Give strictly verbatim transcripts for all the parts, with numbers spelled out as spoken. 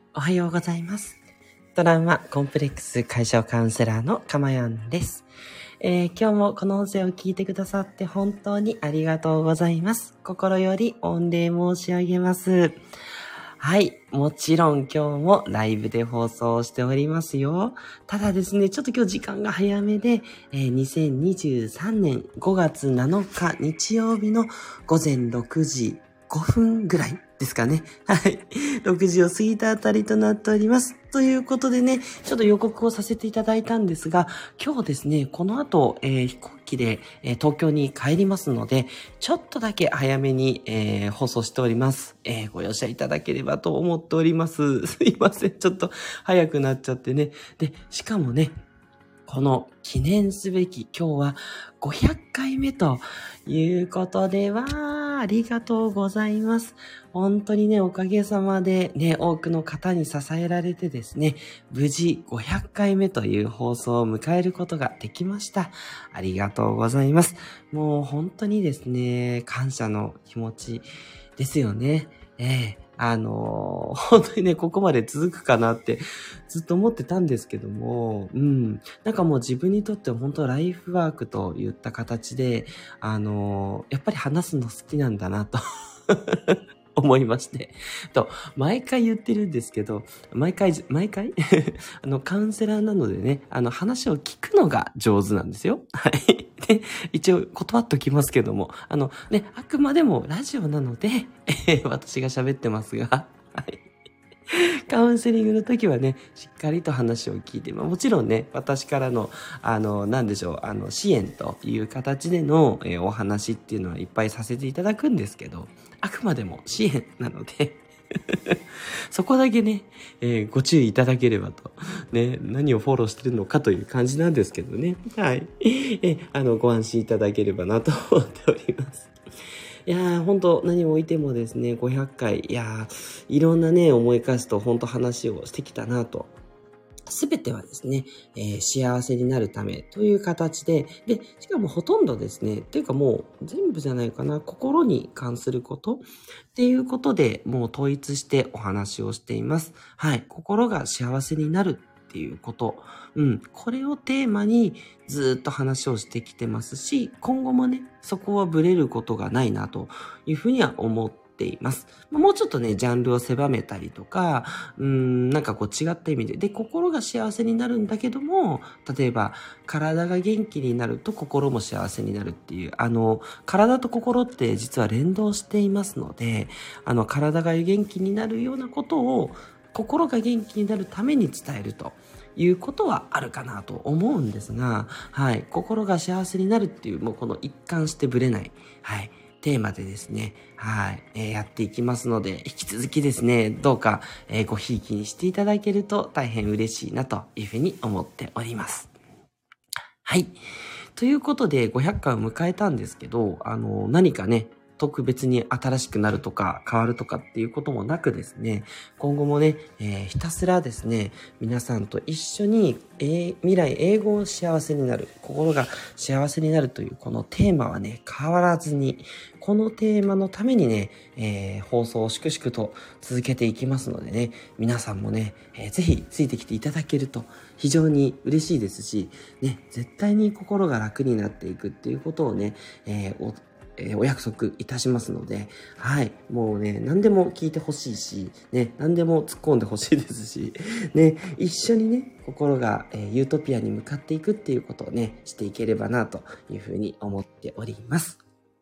おはようございます。トラウマコンプレックス解消カウンセラーのかまやんです、えー、今日もこの音声を聞いてくださって本当にありがとうございます。心より御礼申し上げます。はい。もちろん今日もライブで放送しておりますよ。ただですね、ちょっと今日時間が早めで、えー、にせんにじゅうさんねんごがつなのか日曜日のごぜんろくじごふんぐらいですかね。はい。ろくじを過ぎたあたりとなっております。ということでね、ちょっと予告をさせていただいたんですが、今日ですね、この後、えー、飛行機で、えー、東京に帰りますので、ちょっとだけ早めに、えー、放送しております。えー、ご容赦いただければと思っております。すいません。ちょっと早くなっちゃってね。で、しかもね、この記念すべき今日はごひゃっかいめということで、わー、ありがとうございます。本当にね、おかげさまでね、多くの方に支えられてですね、無事ごひゃっかいめという放送を迎えることができました。ありがとうございます。もう本当にですね、感謝の気持ちですよね。ええーあのー、本当にね、ここまで続くかなってずっと思ってたんですけども、うん。なんかもう自分にとっては本当ライフワークといった形で、あのー、やっぱり話すの好きなんだなと思いまして。と、毎回言ってるんですけど、毎回、毎回あの、カウンセラーなのでね、あの、話を聞くのが上手なんですよ。はい。で、一応断っときますけども、あのね、あくまでもラジオなので、えー、私が喋ってますが、はい。カウンセリングの時はね、しっかりと話を聞いて、まあ、もちろんね、私からの、あの、なんでしょう、あの、支援という形での、えー、お話っていうのはいっぱいさせていただくんですけど、あくまでも支援なので、そこだけね、えー、ご注意いただければと。ね、何をフォローしてるのかという感じなんですけどね。はい。えー、あの、ご安心いただければなと思っております。いやー、本当何を置いてもですね、ごひゃっかい、いやー、いろんなね、思い返すと本当話をしてきたなと。すべてはですね、えー、幸せになるためという形で、で、しかもほとんどですね、っていうかもう全部じゃないかな、心に関することっていうことでもう統一してお話をしています。はい。心が幸せになるっていうこと。うん。これをテーマにずっと話をしてきてますし、今後もね、そこはブレることがないなというふうには思ってています。もうちょっとね、ジャンルを狭めたりとか、うーん、なんかこう違った意味で、で、心が幸せになるんだけども、例えば、体が元気になると心も幸せになるっていう、あの、体と心って実は連動していますので、あの、体が元気になるようなことを、心が元気になるために伝えると。いうことはあるかなと思うんですが、はい、心が幸せになるっていう、もうこの一貫してぶれない、はい、テーマでですね、はい、えー、やっていきますので、引き続きですね、どうか、えー、ごひいきにしていただけると大変嬉しいなというふうに思っております。はい。ということで、ごひゃっかいを迎えたんですけど、あの、何かね、特別に新しくなるとか変わるとかっていうこともなくですね、今後もね、えー、ひたすらですね、皆さんと一緒に、えー、未来永劫幸せになる、心が幸せになるというこのテーマはね、変わらずに、このテーマのためにね、えー、放送を粛々と続けていきますのでね、皆さんもね、えー、ぜひついてきていただけると非常に嬉しいですし、ね、絶対に心が楽になっていくっていうことをね、えー、おえー、お約束いたしますので、はい。もうね、何でも聞いてほしいし、ね、何でも突っ込んでほしいですし、ね、一緒にね、心が、えー、ユートピアに向かっていくっていうことをね、していければな、というふうに思っております。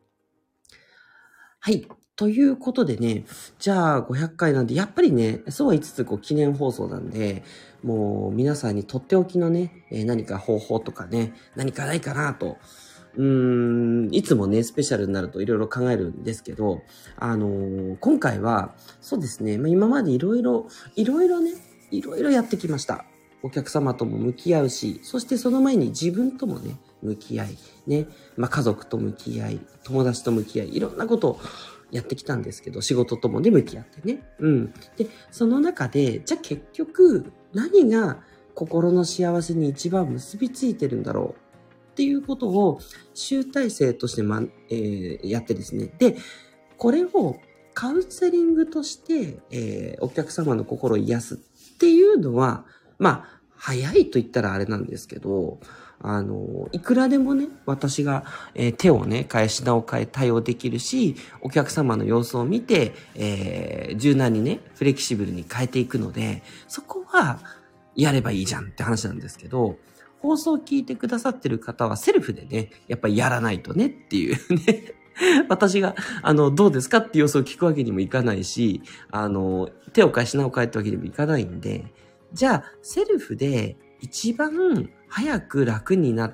はい。ということでね、じゃあごひゃっかいなんで、やっぱりね、そうは言いつつこう記念放送なんで、もう皆さんにとっておきのね、えー、何か方法とかね、何かないかなと、うーん、いつもね、スペシャルになるといろいろ考えるんですけど、あのー、今回は、そうですね、まあ、今までいろいろ、いろいろね、いろいろやってきました。お客様とも向き合うし、そしてその前に自分ともね、向き合い、ね、まあ、家族と向き合い、友達と向き合い、いろんなことをやってきたんですけど、仕事ともね、向き合ってね。うん。で、その中で、じゃあ結局、何が心の幸せに一番結びついてるんだろうっていうことを集大成として、まえー、やってですね。で、これをカウンセリングとして、えー、お客様の心を癒すっていうのは、まあ、早いと言ったらあれなんですけど、あの、いくらでもね、私が、えー、手をね、変え、品を変え対応できるし、お客様の様子を見て、えー、柔軟にね、フレキシブルに変えていくので、そこは、やればいいじゃんって話なんですけど、放送を聞いてくださってる方はセルフでね、やっぱりやらないとねっていうね。私が、あの、どうですかって様子を聞くわけにもいかないし、あの、手を変え、品を変えってわけにもいかないんで、じゃあ、セルフで一番早く楽になって、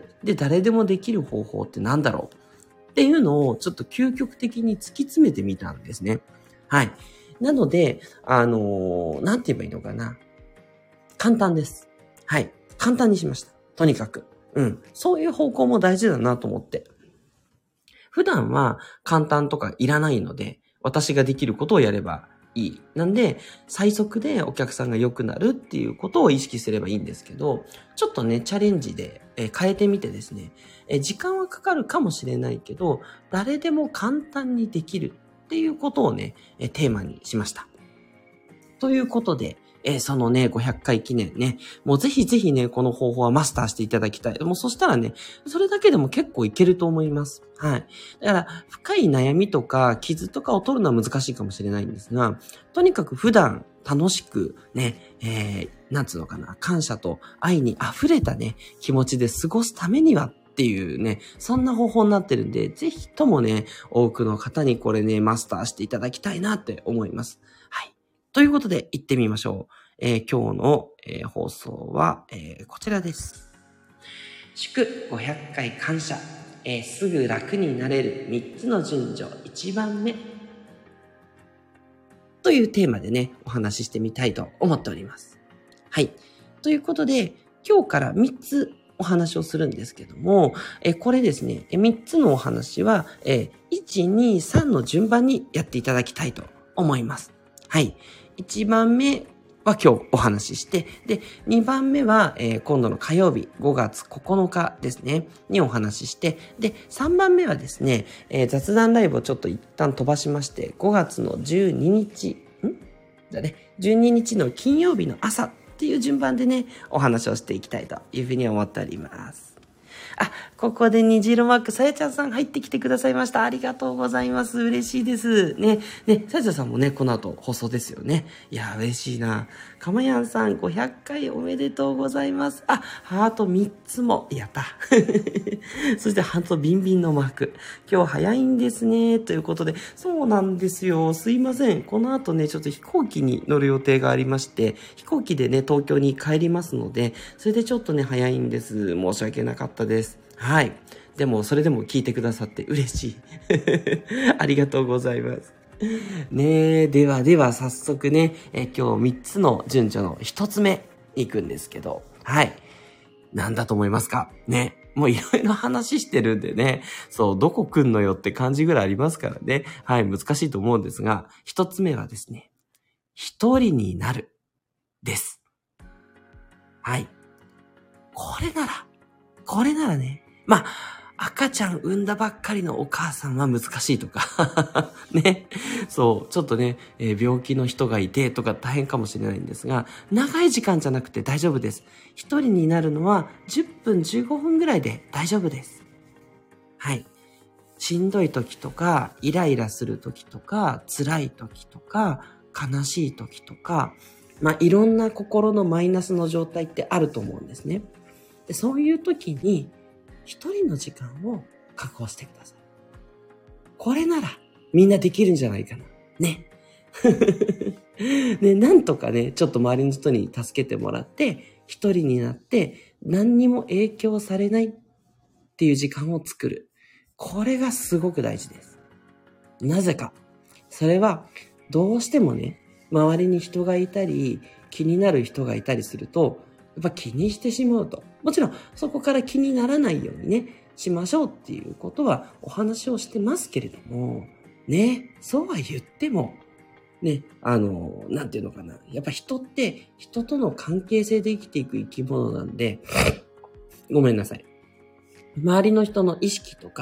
で、誰でもできる方法ってなんだろうっていうのをちょっと究極的に突き詰めてみたんですね。はい。なので、あの、なんて言えばいいのかな。簡単です。はい。簡単にしました。とにかく。うん。そういう方向も大事だなと思って。普段は簡単とかいらないので、私ができることをやればいい。なんで、最速でお客さんが良くなるっていうことを意識すればいいんですけど、ちょっとね、チャレンジで、えー変えてみてですね、えー時間はかかるかもしれないけど、誰でも簡単にできるっていうことをね、えーテーマにしました。ということで、えーそのね、ごひゃっかい記念ね、もうぜひぜひね、この方法はマスターしていただきたい。もうそしたらね、それだけでも結構いけると思います。はい。だから、深い悩みとか傷とかを取るのは難しいかもしれないんですが、とにかく普段楽しくね、えー、なんつうのかな、感謝と愛に溢れたね、気持ちで過ごすためにはっていうね、そんな方法になってるんで、ぜひともね、多くの方にこれね、マスターしていただきたいなって思います。はい。ということで、行ってみましょう。えー今日の、えー放送は、えーこちらです。祝ごひゃっかい感謝、えーすぐ楽になれるみっつの順序いちばんめというテーマでね、お話ししてみたいと思っております。はい。ということで、今日からみっつお話をするんですけども、えーこれですね、えーみっつのお話は、えーいち、に、さんの順番にやっていただきたいと思います。はい。いちばんめは今日お話しして、で、にばんめは、えー今度の火曜日ごがつここのかですね、にお話しして、で、さんばんめはですね、えー雑談ライブをちょっと一旦飛ばしまして、ごがつのじゅうににち、んだね、じゅうににちの金曜日の朝っていう順番でね、お話をしていきたいというふうに思っております。あ、ここで虹色マーク、さやちゃんさん入ってきてくださいました。ありがとうございます。嬉しいです。ね、ね、さやちゃんさんもね、この後放送ですよね。いや、嬉しいな。かまやんさん、ごひゃっかいおめでとうございます。あ、ハートみっつも。やった。そしてハートビンビンのマーク。今日早いんですね。ということで、そうなんですよ。すいません。この後ね、ちょっと飛行機に乗る予定がありまして、飛行機でね、東京に帰りますので、それでちょっとね、早いんです。申し訳なかったです。はい。でも、それでも聞いてくださって嬉しい。ありがとうございます。ねえ、ではでは早速ね、え今日みっつの順序のひとつめに行くんですけど、はい。なんだと思いますかね。もういろいろ話してるんでね、そう、どこ来んのよって感じぐらいありますからね。はい、難しいと思うんですが、ひとつめはですね、一人になるです。はい。これなら、これならね、まあ、赤ちゃん産んだばっかりのお母さんは難しいとか、ね。そう、ちょっとね、えー病気の人がいてとか大変かもしれないんですが、長い時間じゃなくて大丈夫です。一人になるのはじゅっぷん、じゅうごふんぐらいで大丈夫です。はい。しんどい時とか、イライラする時とか、辛い時とか、悲しい時とか、まあ、いろんな心のマイナスの状態ってあると思うんですね。でそういう時に、一人の時間を確保してください。これなら、みんなできるんじゃないかな。ね。ね、なんとかね、ちょっと周りの人に助けてもらって、一人になって、何にも影響されないっていう時間を作る。これがすごく大事です。なぜか。それは、どうしてもね、周りに人がいたり、気になる人がいたりすると、やっぱ気にしてしまうと。もちろん、そこから気にならないようにね、しましょうっていうことはお話をしてますけれども、ね、そうは言っても、ね、あの、なんていうのかな。やっぱ人って、人との関係性で生きていく生き物なんで、ごめんなさい。周りの人の意識とか、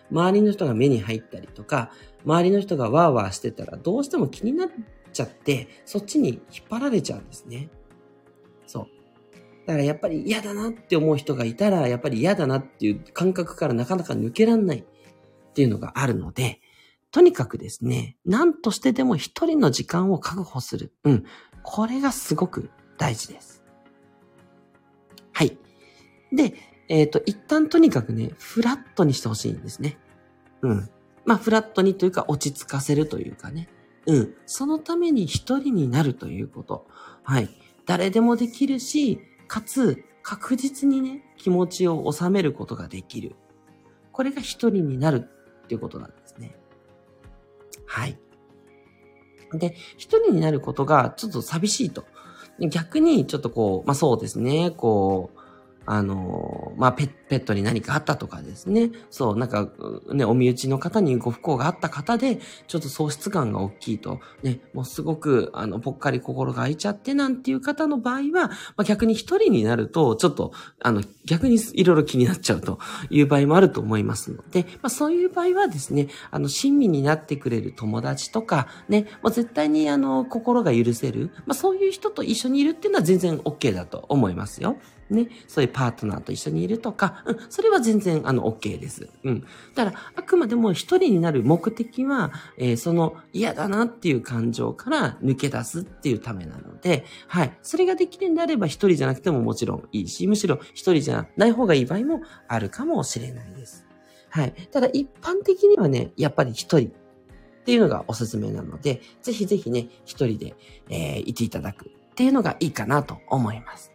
周りの人が目に入ったりとか、周りの人がワーワーしてたらどうしても気になっちゃって、そっちに引っ張られちゃうんですね。そう。だからやっぱり嫌だなって思う人がいたら、やっぱり嫌だなっていう感覚からなかなか抜けらんないっていうのがあるので、とにかくですね、何としてでも一人の時間を確保する。うん。これがすごく大事です。はい。で、えっと、一旦とにかくね、フラットにしてほしいんですね。うん。まあ、フラットにというか落ち着かせるというかね。うん。そのために一人になるということ。はい。誰でもできるし、かつ、確実にね、気持ちを収めることができる。これが一人になるっていうことなんですね。はい。で、一人になることがちょっと寂しいと。逆にちょっとこう、まあそうですね、こう、あの、まあペ、ペットに何かあったとかですね。そう、なんか、ね、お身内の方にご不幸があった方で、ちょっと喪失感が大きいと、ね、もうすごく、あの、ぽっかり心が空いちゃってなんていう方の場合は、まあ逆に一人になると、ちょっと、あの、逆にいろいろ気になっちゃうという場合もあると思いますので、まあそういう場合はですね、あの、親身になってくれる友達とか、ね、もう絶対にあの、心が許せる、まあそういう人と一緒にいるっていうのは全然 OK だと思いますよ。ね、そういうパートナーと一緒にいるとか、うん、それは全然、あの、OK です。うん。だから、あくまでも一人になる目的は、えー、その嫌だなっていう感情から抜け出すっていうためなので、はい。それができるんであれば一人じゃなくてももちろんいいし、むしろ一人じゃない方がいい場合もあるかもしれないです。はい。ただ、一般的にはね、やっぱり一人っていうのがおすすめなので、ぜひぜひね、一人で、えー、いていただくっていうのがいいかなと思います。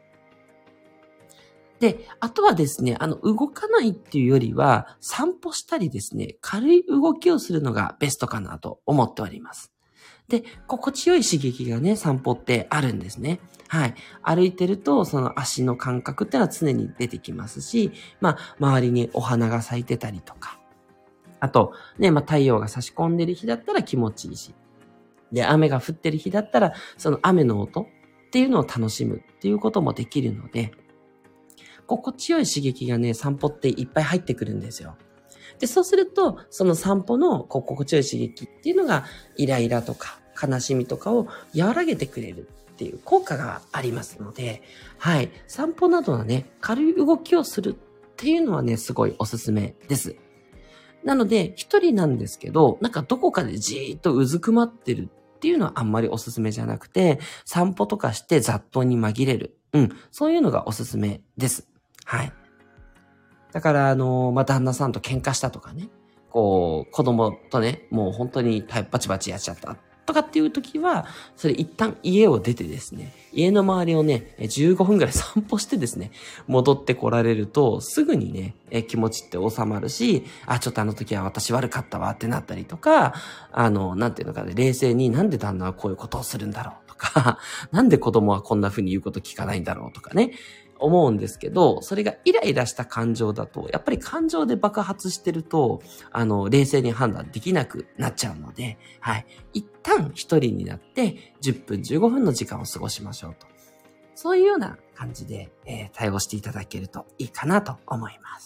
で、あとはですね、あの、動かないっていうよりは、散歩したりですね、軽い動きをするのがベストかなと思っております。で、心地よい刺激がね、散歩ってあるんですね。はい。歩いてると、その足の感覚ってのは常に出てきますし、まあ、周りにお花が咲いてたりとか、あと、ね、まあ、太陽が差し込んでる日だったら気持ちいいし、で、雨が降ってる日だったら、その雨の音っていうのを楽しむっていうこともできるので、心地よい刺激がね、散歩っていっぱい入ってくるんですよ。で、そうすると、その散歩のこう心地よい刺激っていうのが、イライラとか悲しみとかを和らげてくれるっていう効果がありますので、はい。散歩などのね、軽い動きをするっていうのはね、すごいおすすめです。なので、一人なんですけど、なんかどこかでじーっとうずくまってるっていうのはあんまりおすすめじゃなくて、散歩とかして雑踏に紛れる。うん。そういうのがおすすめです。はい。だから、あの、まあ、旦那さんと喧嘩したとかね、こう、子供とね、もう本当にバチバチやっちゃったとかっていう時は、それ一旦家を出てですね、家の周りをね、じゅうごふんぐらい散歩してですね、戻ってこられると、すぐにね、え気持ちって収まるし、あ、ちょっとあの時は私悪かったわってなったりとか、あの、なんていうのかね、冷静になんで旦那はこういうことをするんだろうとか、なんで子供はこんな風に言うこと聞かないんだろうとかね、思うんですけど、それがイライラした感情だと、やっぱり感情で爆発してると、あの、冷静に判断できなくなっちゃうので、はい。一旦一人になって、じゅっぷん、じゅうごふんの時間を過ごしましょうと。そういうような感じで、えー、対応していただけるといいかなと思います。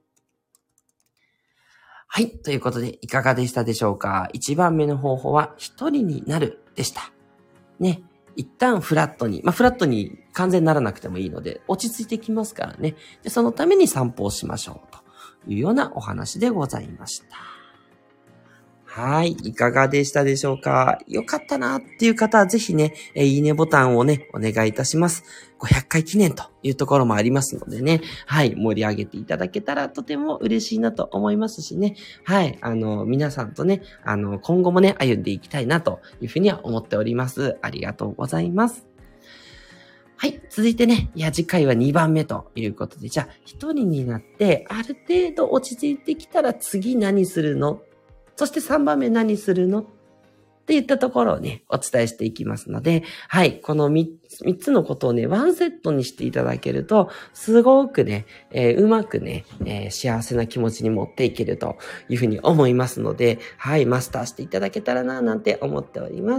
はい。ということで、いかがでしたでしょうか？一番目の方法は、一人になるでした。ね。一旦フラットに、まあ、フラットに完全にならなくてもいいので、落ち着いてきますからね。で、そのために散歩をしましょうというようなお話でございました。はい。いかがでしたでしょうか？よかったなっていう方はぜひね、えー、いいねボタンをね、お願いいたします。ごひゃっかい記念というところもありますのでね。はい。盛り上げていただけたらとても嬉しいなと思いますしね。はい。あの、皆さんとね、あの、今後もね、歩んでいきたいなというふうには思っております。ありがとうございます。はい。続いてね、いや、次回はにばんめということで、じゃあ、一人になって、ある程度落ち着いてきたら次何するの？そしてさんばんめ何するのっていったところをね、お伝えしていきますので、はい、この 3, 3つのことをね、ワンセットにしていただけると、すごくね、えー、うまくね、えー、幸せな気持ちに持っていけるというふうに思いますので、はい、マスターしていただけたらな、なんて思っております。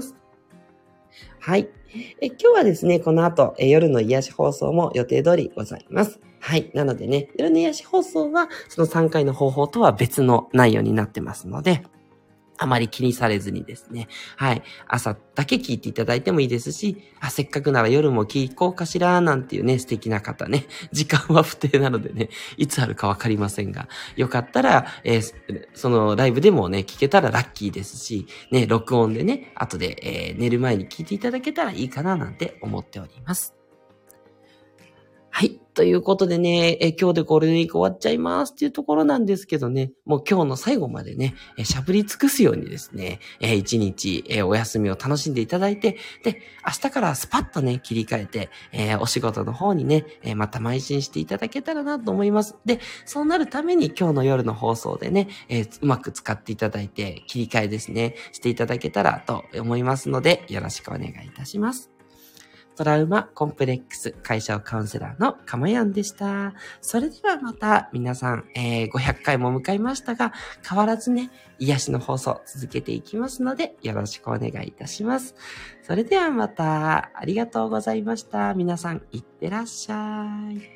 はい。え今日はですね、この後、え夜の癒し放送も予定通りございます。 はい。なのでね、夜の癒し放送は、そのさんかいの方法とは別の内容になってますので、あまり気にされずにですね。はい。朝だけ聞いていただいてもいいですし、あ、せっかくなら夜も聞こうかしら、なんていうね、素敵な方ね。時間は不定なのでね、いつあるかわかりませんが、よかったら、えー、そのライブでもね、聞けたらラッキーですし、ね、録音でね、後で、えー、寝る前に聞いていただけたらいいかな、なんて思っております。はい。ということでね、え今日でゴールデンウィーク終わっちゃいますっていうところなんですけどね、もう今日の最後までね、えしゃぶり尽くすようにですね、えー、一日、えー、お休みを楽しんでいただいて、で、明日からスパッとね、切り替えて、えー、お仕事の方にね、えー、また邁進していただけたらなと思います。で、そうなるために今日の夜の放送でね、えー、うまく使っていただいて、切り替えですね、していただけたらと思いますので、よろしくお願いいたします。トラウマコンプレックス解消カウンセラーのかまやんでした。それではまた皆さん、えー、ごひゃっかいも迎えましたが、変わらずね、癒しの放送続けていきますので、よろしくお願いいたします。それではまた、ありがとうございました。皆さん、いってらっしゃい。